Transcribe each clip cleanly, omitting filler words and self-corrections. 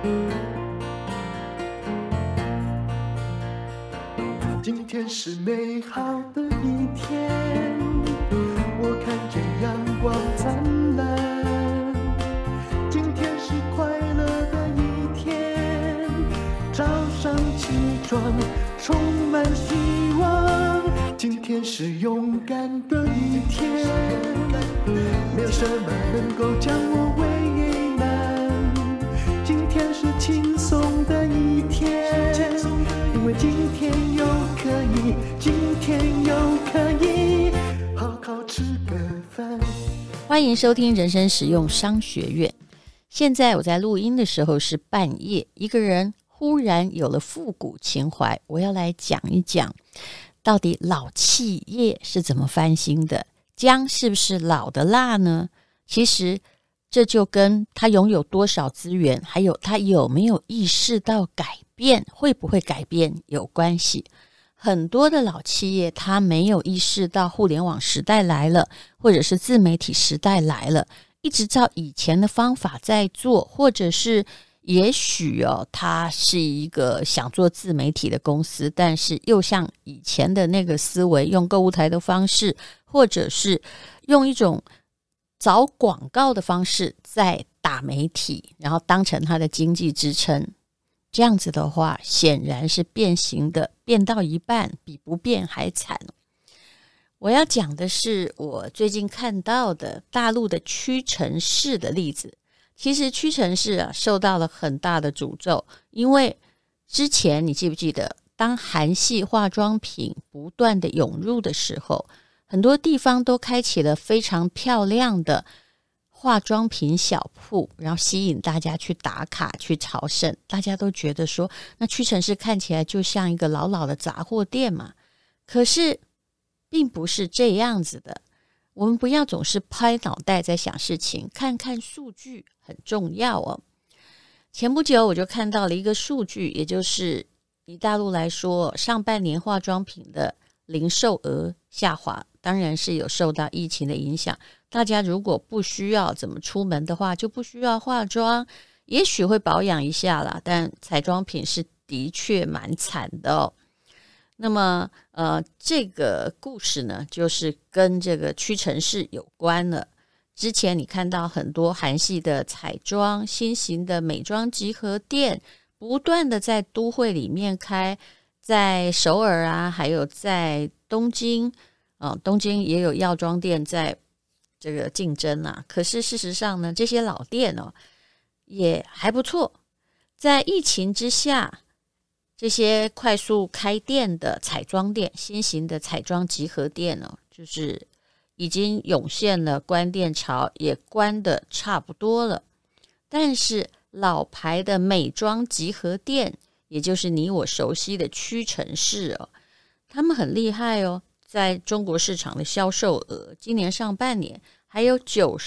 今天是美好的一天，我看见阳光灿烂。今天是快乐的一天，早上起床充满希望。今天是勇敢的一天，没有什么能够将我为难。今天是轻松的一天，因为今天又可以，今天又可以好好吃个饭。 欢迎收听人生实用商学院。现在我在录音的时候是半夜，一个人忽然有了复古情怀，我要来讲一讲到底老企业是怎么翻新的，姜是不是老的辣呢？其实这就跟他拥有多少资源，还有他有没有意识到改变，会不会改变有关系。很多的老企业他没有意识到互联网时代来了，或者是自媒体时代来了，一直照以前的方法在做，或者是也许他是一个想做自媒体的公司，但是又像以前的那个思维，用购物台的方式，或者是用一种找广告的方式在打媒体，然后当成他的经济支撑。这样子的话，显然是变形的，变到一半比不变还惨。我要讲的是我最近看到的大陆的屈臣氏的例子。其实屈臣氏受到了很大的诅咒，因为之前你记不记得，当韩系化妆品不断的涌入的时候，很多地方都开启了非常漂亮的化妆品小铺，然后吸引大家去打卡去朝圣。大家都觉得说，那屈臣氏看起来就像一个老老的杂货店嘛。可是并不是这样子的，我们不要总是拍脑袋在想事情，看看数据很重要哦。前不久我就看到了一个数据，也就是以大陆来说，上半年化妆品的零售额下滑，当然是有受到疫情的影响。大家如果不需要怎么出门的话，就不需要化妆，也许会保养一下啦，但彩妆品是的确蛮惨的哦。那么这个故事呢，就是跟这个屈臣氏有关了。之前你看到很多韩系的彩妆、新型的美妆集合店不断的在都会里面开，在首尔啊，还有在东京东京也有药妆店在这个竞争啊。可是事实上呢，这些老店也还不错。在疫情之下，这些快速开店的彩妆店，新型的彩妆集合店就是已经涌现了关店潮，也关的差不多了。但是老牌的美妆集合店，也就是你我熟悉的屈臣氏他们很厉害在中国市场的销售额，今年上半年还有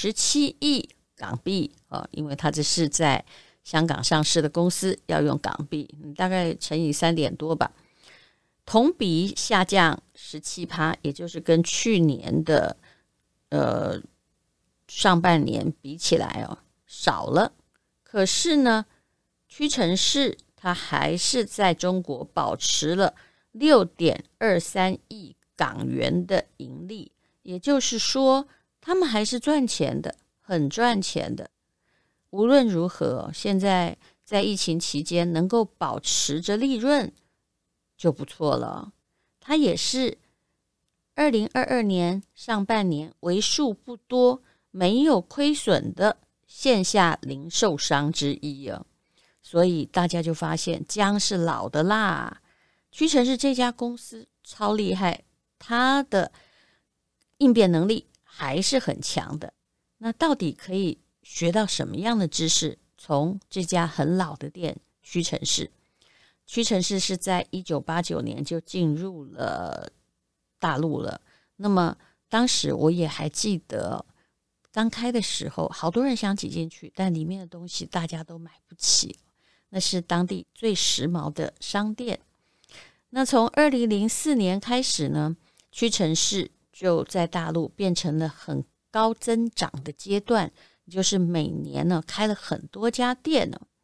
97亿港币因为它这是在香港上市的公司，要用港币，大概乘以3点多吧，同比下降 17%， 也就是跟去年的上半年比起来少了。可是呢，屈臣氏它还是在中国保持了 6.23 亿港元的盈利，也就是说他们还是赚钱的，很赚钱的。无论如何，现在在疫情期间能够保持着利润就不错了。它也是2022年上半年为数不多没有亏损的线下零售商之一所以大家就发现姜是老的辣。屈臣氏这家公司超厉害，它的应变能力还是很强的。那到底可以学到什么样的知识？从这家很老的店屈臣氏。屈臣氏是在1989年就进入了大陆了。那么当时我也还记得，刚开的时候好多人想挤进去，但里面的东西大家都买不起，那是当地最时髦的商店。那从2004年开始呢，屈臣氏就在大陆变成了很高增长的阶段，就是每年呢开了很多家店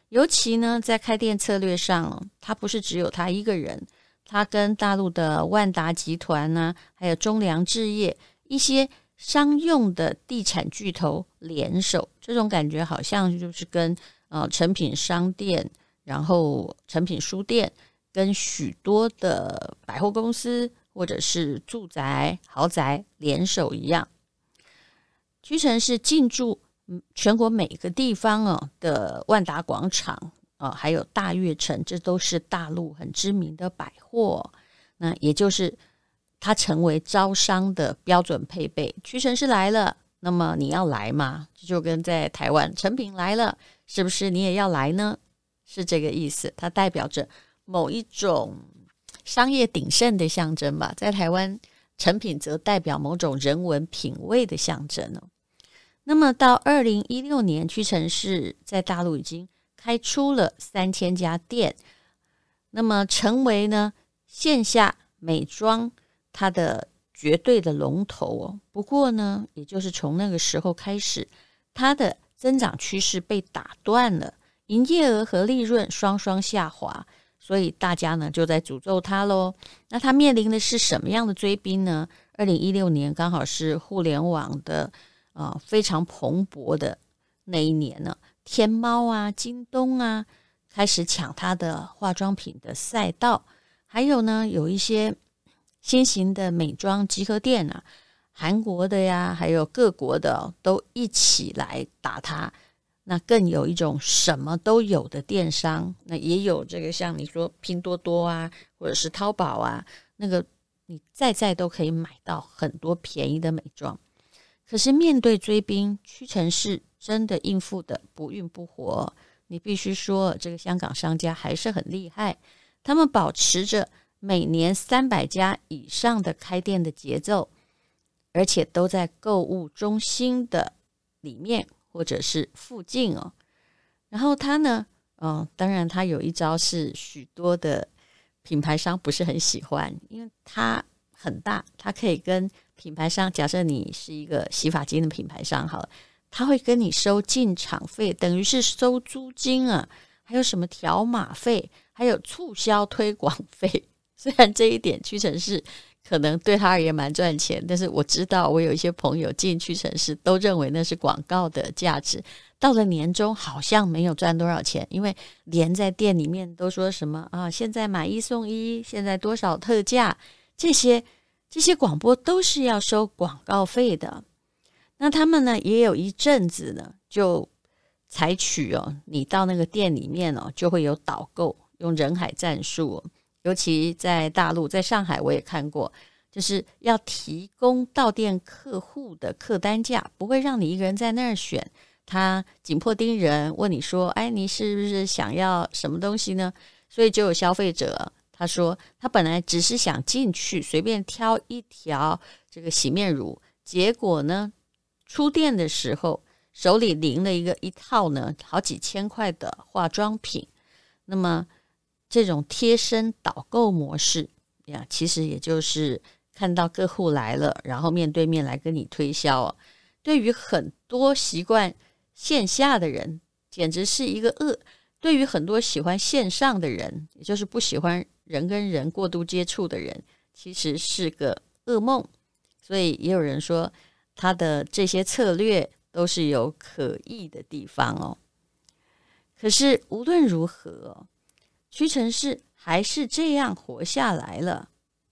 尤其呢，在开店策略上，他不是只有他一个人，他跟大陆的万达集团啊，还有中粮置业一些商用的地产巨头联手，这种感觉好像就是跟诚品商店，然后诚品书店，跟许多的百货公司或者是住宅豪宅联手一样。屈臣氏进驻全国每个地方的万达广场还有大悦城，这都是大陆很知名的百货，那也就是它成为招商的标准配备。屈臣氏来了，那么你要来嘛，就跟在台湾诚品来了，是不是你也要来呢？是这个意思，它代表着某一种商业鼎盛的象征吧。在台湾，诚品则代表某种人文品味的象征那么到2016年，屈臣氏在大陆已经开出了3000家店，那么成为呢线下美妆它的绝对的龙头不过呢，也就是从那个时候开始，它的增长趋势被打断了，营业额和利润双双下滑，所以大家呢就在诅咒它咯。那它面临的是什么样的追兵呢？2016年刚好是互联网的非常蓬勃的那一年呢，天猫啊、京东啊开始抢它的化妆品的赛道，还有呢有一些新型的美妆集合店啊，韩国的呀，还有各国的都一起来打它。那更有一种什么都有的电商，那也有这个像你说拼多多啊，或者是淘宝啊，那个你在都可以买到很多便宜的美妆。可是面对追兵，屈臣氏真的应付的不愠不火。你必须说这个香港商家还是很厉害，他们保持着每年300家以上的开店的节奏，而且都在购物中心的里面或者是附近然后他呢当然他有一招是许多的品牌商不是很喜欢，因为他很大，他可以跟品牌商，假设你是一个洗发精的品牌商好了，他会跟你收进场费，等于是收租金还有什么条码费，还有促销推广费。虽然这一点屈臣氏可能对他而言蛮赚钱，但是我知道我有一些朋友进屈臣氏都认为那是广告的价值，到了年终好像没有赚多少钱，因为连在店里面都说什么现在买1送1，现在多少特价，这些广播都是要收广告费的。那他们呢也有一阵子呢就采取你到那个店里面就会有导购，用人海战术尤其在大陆，在上海我也看过，就是要提供到店客户的客单价，不会让你一个人在那儿选，他紧迫盯人问你说你是不是想要什么东西呢？所以就有消费者他说他本来只是想进去随便挑一条这个洗面乳，结果呢出店的时候手里拎了一套呢好几千块的化妆品。那么这种贴身导购模式呀，其实也就是看到客户来了，然后面对面来跟你推销对于很多习惯线下的人简直是一个恶，对于很多喜欢线上的人，也就是不喜欢人跟人过度接触的人，其实是个噩梦。所以也有人说他的这些策略都是有可疑的地方可是无论如何屈臣氏还是这样活下来了。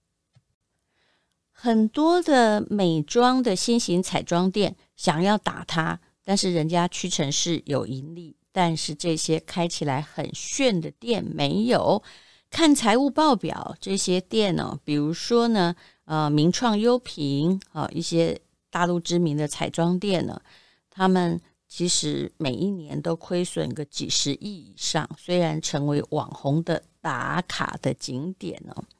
很多的美妆的新型彩妆店想要打它，但是人家屈臣氏有盈利，但是这些开起来很炫的店没有。看财务报表，这些店比如说呢名创优品一些大陆知名的彩妆店他们其实每一年都亏损个几十亿以上，虽然成为网红的打卡的景点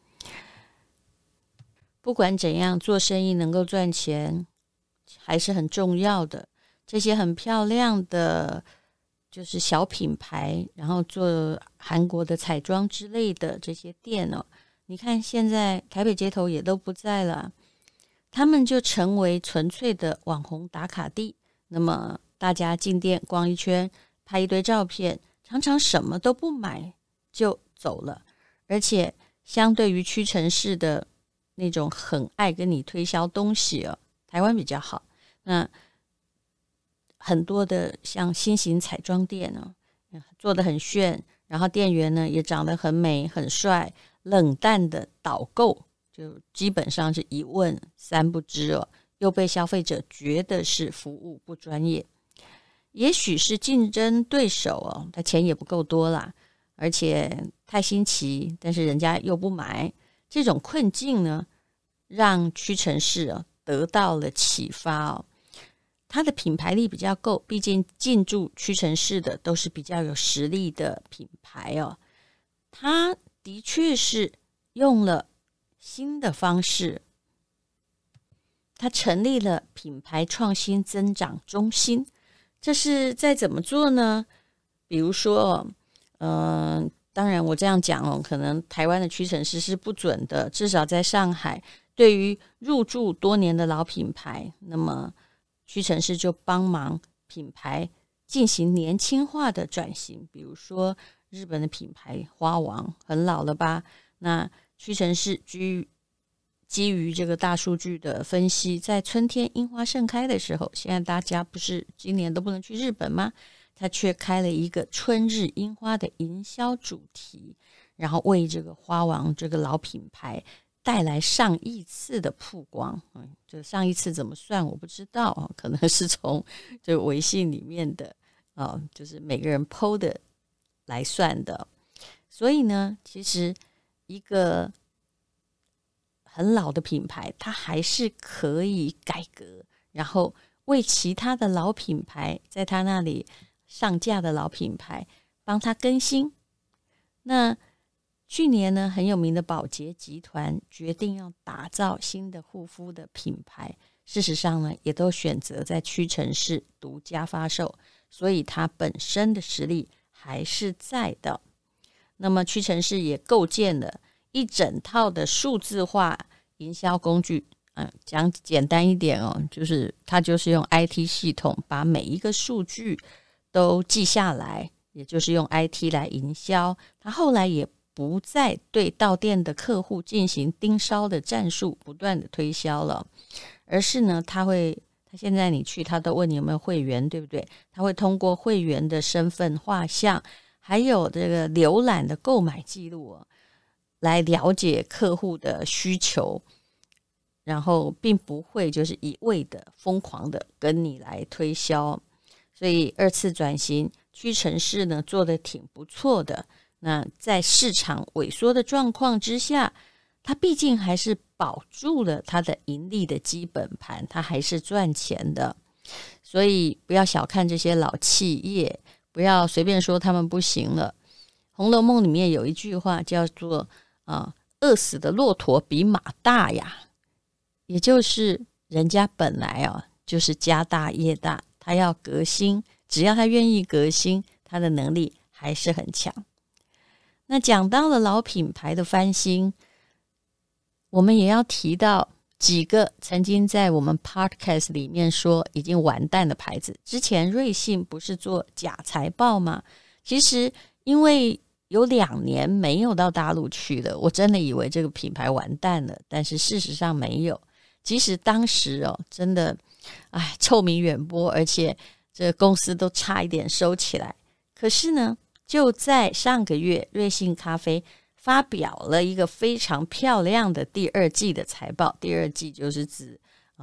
不管怎样，做生意能够赚钱还是很重要的。这些很漂亮的就是小品牌，然后做韩国的彩妆之类的这些店你看现在台北街头也都不在了，他们就成为纯粹的网红打卡地。那么大家进店逛一圈，拍一堆照片， 常常什么都不买就走了，而且相对于屈臣氏的那种很爱跟你推销东西台湾比较好。那很多的像新型彩妆店做得很炫，然后店员呢也长得很美很帅，冷淡的导购就基本上是一问三不知又被消费者觉得是服务不专业。也许是竞争对手他钱也不够多啦，而且太新奇，但是人家又不买，这种困境呢让屈臣氏得到了启发它的品牌力比较够，毕竟进驻屈臣氏的都是比较有实力的品牌它的确是用了新的方式，它成立了品牌创新增长中心。这是在怎么做呢？比如说当然我这样讲可能台湾的屈臣氏是不准的，至少在上海，对于入驻多年的老品牌，那么屈臣氏就帮忙品牌进行年轻化的转型。比如说日本的品牌花王很老了吧，那屈臣氏基于这个大数据的分析，在春天樱花盛开的时候，现在大家不是今年都不能去日本吗？他却开了一个春日樱花的营销主题，然后为这个花王这个老品牌带来上亿次的曝光。这上亿次怎么算我不知道可能是从这个微信里面的就是每个人 PO 的来算的。所以呢，其实一个很老的品牌，它还是可以改革，然后为其他的老品牌，在它那里上架的老品牌帮它更新。那去年呢，很有名的宝洁集团决定要打造新的护肤的品牌，事实上呢，也都选择在屈臣氏独家发售，所以它本身的实力还是在的。那么屈臣氏也构建了一整套的数字化营销工具，讲简单一点就是它就是用 IT 系统把每一个数据都记下来，也就是用 IT 来营销。它后来也不再对到店的客户进行盯梢的战术不断的推销了，而是呢，他现在你去他都问你有没有会员，对不对？他会通过会员的身份画像，还有这个浏览的购买记录来了解客户的需求，然后并不会就是一味的疯狂的跟你来推销。所以二次转型屈臣氏呢做得挺不错的。那在市场萎缩的状况之下，它毕竟还是保住了它的盈利的基本盘，它还是赚钱的。所以不要小看这些老企业，不要随便说他们不行了。红楼梦里面有一句话叫做饿死的骆驼比马大呀，也就是人家本来就是家大业大，他要革新，只要他愿意革新，他的能力还是很强。那讲到了老品牌的翻新，我们也要提到几个曾经在我们 podcast 里面说已经完蛋的牌子。之前瑞幸不是做假财报吗？其实因为有2年没有到大陆去了，我真的以为这个品牌完蛋了，但是事实上没有。即使当时真的臭名远播，而且这公司都差一点收起来，可是呢，就在上个月，瑞幸咖啡发表了一个非常漂亮的第2季的财报。第2季就是指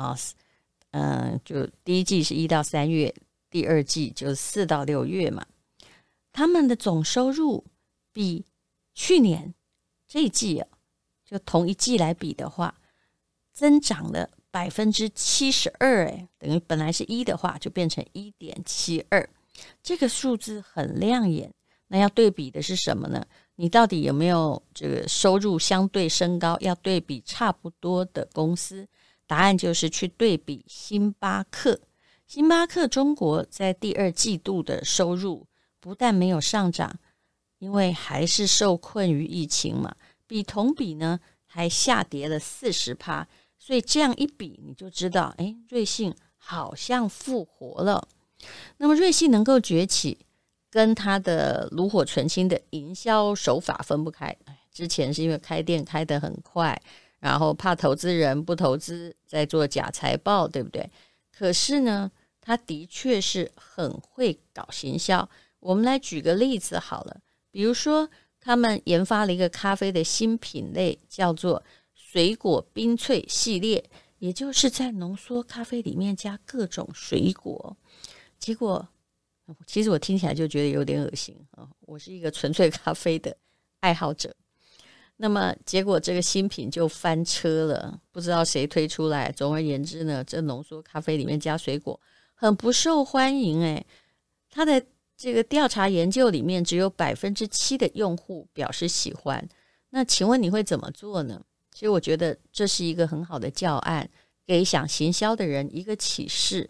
就第1季是1到3月，第2季就是4到6月嘛。他们的总收入比去年这一季就同一季来比的话，增长了 72%， 等于本来是1的话就变成 1.72， 这个数字很亮眼。那要对比的是什么呢？你到底有没有这个收入相对升高？要对比差不多的公司，答案就是去对比星巴克。星巴克中国在第2季度的收入不但没有上涨，因为还是受困于疫情嘛，比同比呢还下跌了 40%， 所以这样一比你就知道瑞幸好像复活了。那么瑞幸能够崛起， 跟它的炉火纯青的营销手法分不开。之前是因为开店开得很快，然后怕投资人不投资，在做假财报，对不对？可是呢，他的确是很会搞行销。我们来举个例子好了，比如说他们研发了一个咖啡的新品类，叫做水果冰萃系列，也就是在浓缩咖啡里面加各种水果。结果其实我听起来就觉得有点恶心啊！我是一个纯粹咖啡的爱好者，那么结果这个新品就翻车了，不知道谁推出来。总而言之呢，这浓缩咖啡里面加水果很不受欢迎。它的这个调查研究里面只有 7% 的用户表示喜欢。那请问你会怎么做呢？其实我觉得这是一个很好的教案，给想行销的人一个启示。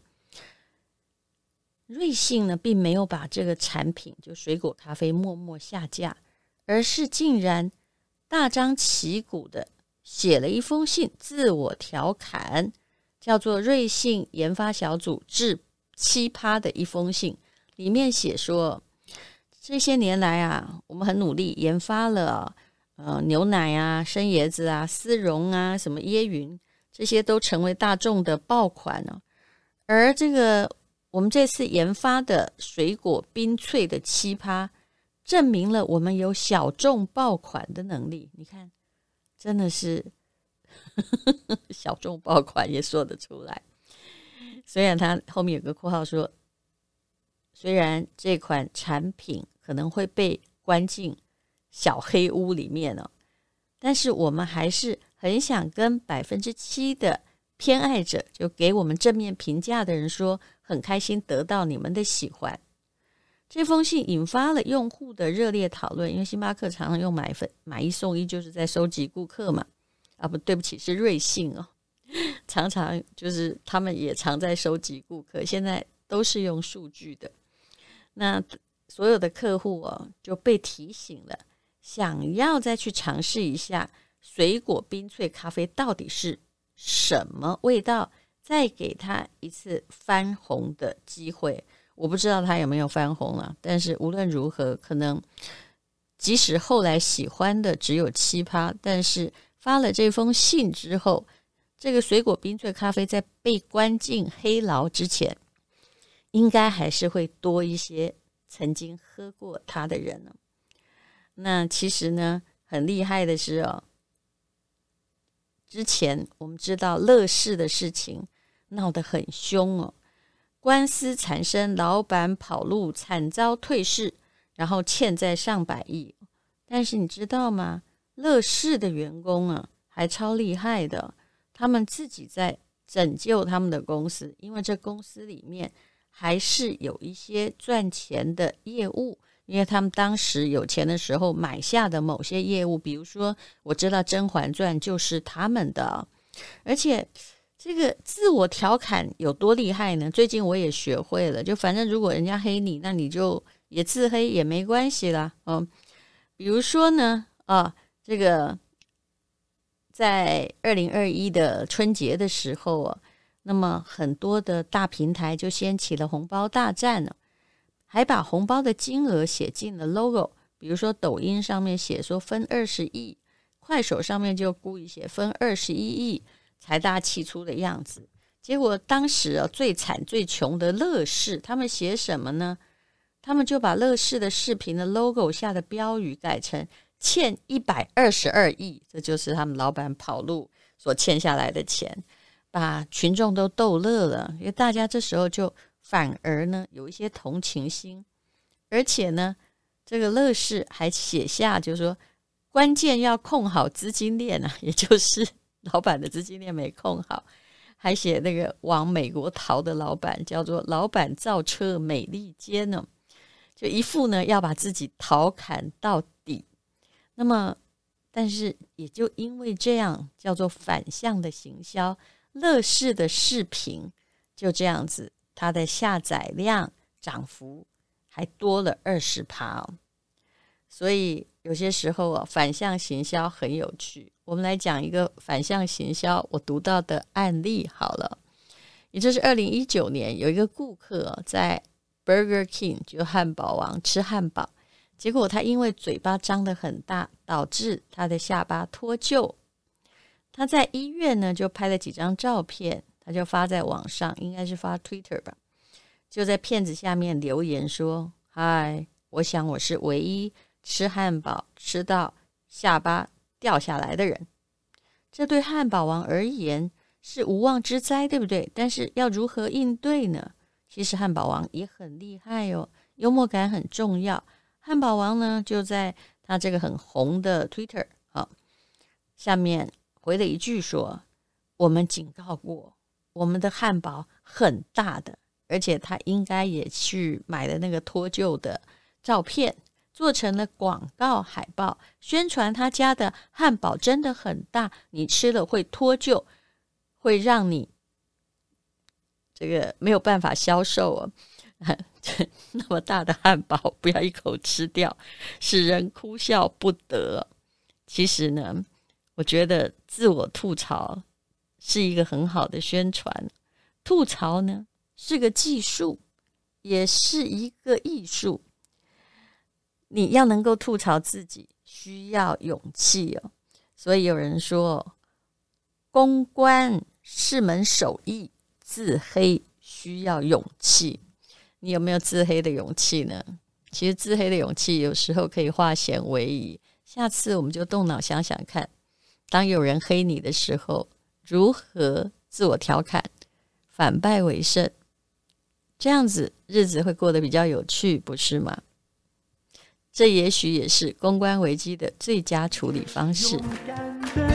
瑞幸呢，并没有把这个产品就水果咖啡默默下架，而是竟然大张旗鼓的写了一封信，自我调侃，叫做瑞幸研发小组致奇葩的一封信。里面写说，这些年来啊，我们很努力研发了牛奶啊、生椰子啊、丝绒啊、什么椰云，这些都成为大众的爆款了。而这个我们这次研发的水果冰萃的奇葩，证明了我们有小众爆款的能力。你看，真的是小众爆款也说得出来。虽然他后面有个括号说，虽然这款产品可能会被关进小黑屋里面但是我们还是很想跟 7% 的偏爱者，就给我们正面评价的人说，很开心得到你们的喜欢。这封信引发了用户的热烈讨论，因为星巴克常常用买一送一，就是在收集顾客嘛。不对不起，是瑞幸常常就是他们也常在收集顾客，现在都是用数据的。那所有的客户就被提醒了，想要再去尝试一下水果冰萃咖啡到底是什么味道，再给他一次翻红的机会。我不知道他有没有翻红了，但是无论如何，可能即使后来喜欢的只有7%，但是发了这封信之后，这个水果冰萃咖啡在被关进黑牢之前，应该还是会多一些曾经喝过它的人那其实呢，很厉害的是之前我们知道乐事的事情闹得很凶官司缠身，老板跑路，惨遭退市，然后欠债上百亿。但是你知道吗？乐事的员工还超厉害的，他们自己在拯救他们的公司，因为这公司里面还是有一些赚钱的业务，因为他们当时有钱的时候买下的某些业务，比如说我知道《甄嬛传》就是他们的。而且这个自我调侃有多厉害呢？最近我也学会了，就反正如果人家黑你，那你就也自黑也没关系啦。比如说呢这个在2021的春节的时候那么很多的大平台就掀起了红包大战还把红包的金额写进了 logo， 比如说抖音上面写说分20亿，快手上面就故意写分21亿，财大气粗的样子。结果当时最惨最穷的乐事，他们写什么呢？他们就把乐事的视频的 logo 下的标语改成欠122亿，这就是他们老板跑路所欠下来的钱，把群众都逗乐了。因为大家这时候就反而呢有一些同情心，而且呢这个乐事还写下就是说关键要控好资金链也就是老板的资金链没控好，还写那个往美国逃的老板叫做老板造车美利坚呢，就一副呢要把自己调侃到底。那么但是也就因为这样叫做反向的行销，乐事的视频就这样子它的下载量涨幅还多了 20% 所以有些时候反向行销很有趣。我们来讲一个反向行销我读到的案例好了。也就是2019年有一个顾客在 Burger King 就汉堡王吃汉堡，结果他因为嘴巴张得很大，导致他的下巴脱臼。他在医院呢就拍了几张照片，他就发在网上，应该是发 Twitter 吧，就在片子下面留言说：嗨，我想我是唯一吃汉堡吃到下巴掉下来的人。这对汉堡王而言是无妄之灾，对不对？但是要如何应对呢？其实汉堡王也很厉害哦，幽默感很重要。汉堡王呢就在他这个很红的 Twitter 下面回了一句说：我们警告过，我们的汉堡很大的，而且他应该也去买了那个脱臼的照片，做成了广告海报，宣传他家的汉堡真的很大，你吃了会脱臼，会让你这个没有办法销售哦。那么大的汉堡不要一口吃掉，使人哭笑不得。其实呢，我觉得自我吐槽是一个很好的宣传，吐槽呢是个技术，也是一个艺术。你要能够吐槽自己，需要勇气哦。所以有人说，公关是门手艺，自黑需要勇气。你有没有自黑的勇气呢？其实自黑的勇气有时候可以化险为夷。下次我们就动脑想想看，当有人黑你的时候，如何自我调侃，反败为胜，这样子日子会过得比较有趣，不是吗？这也许也是公关危机的最佳处理方式。 勇敢的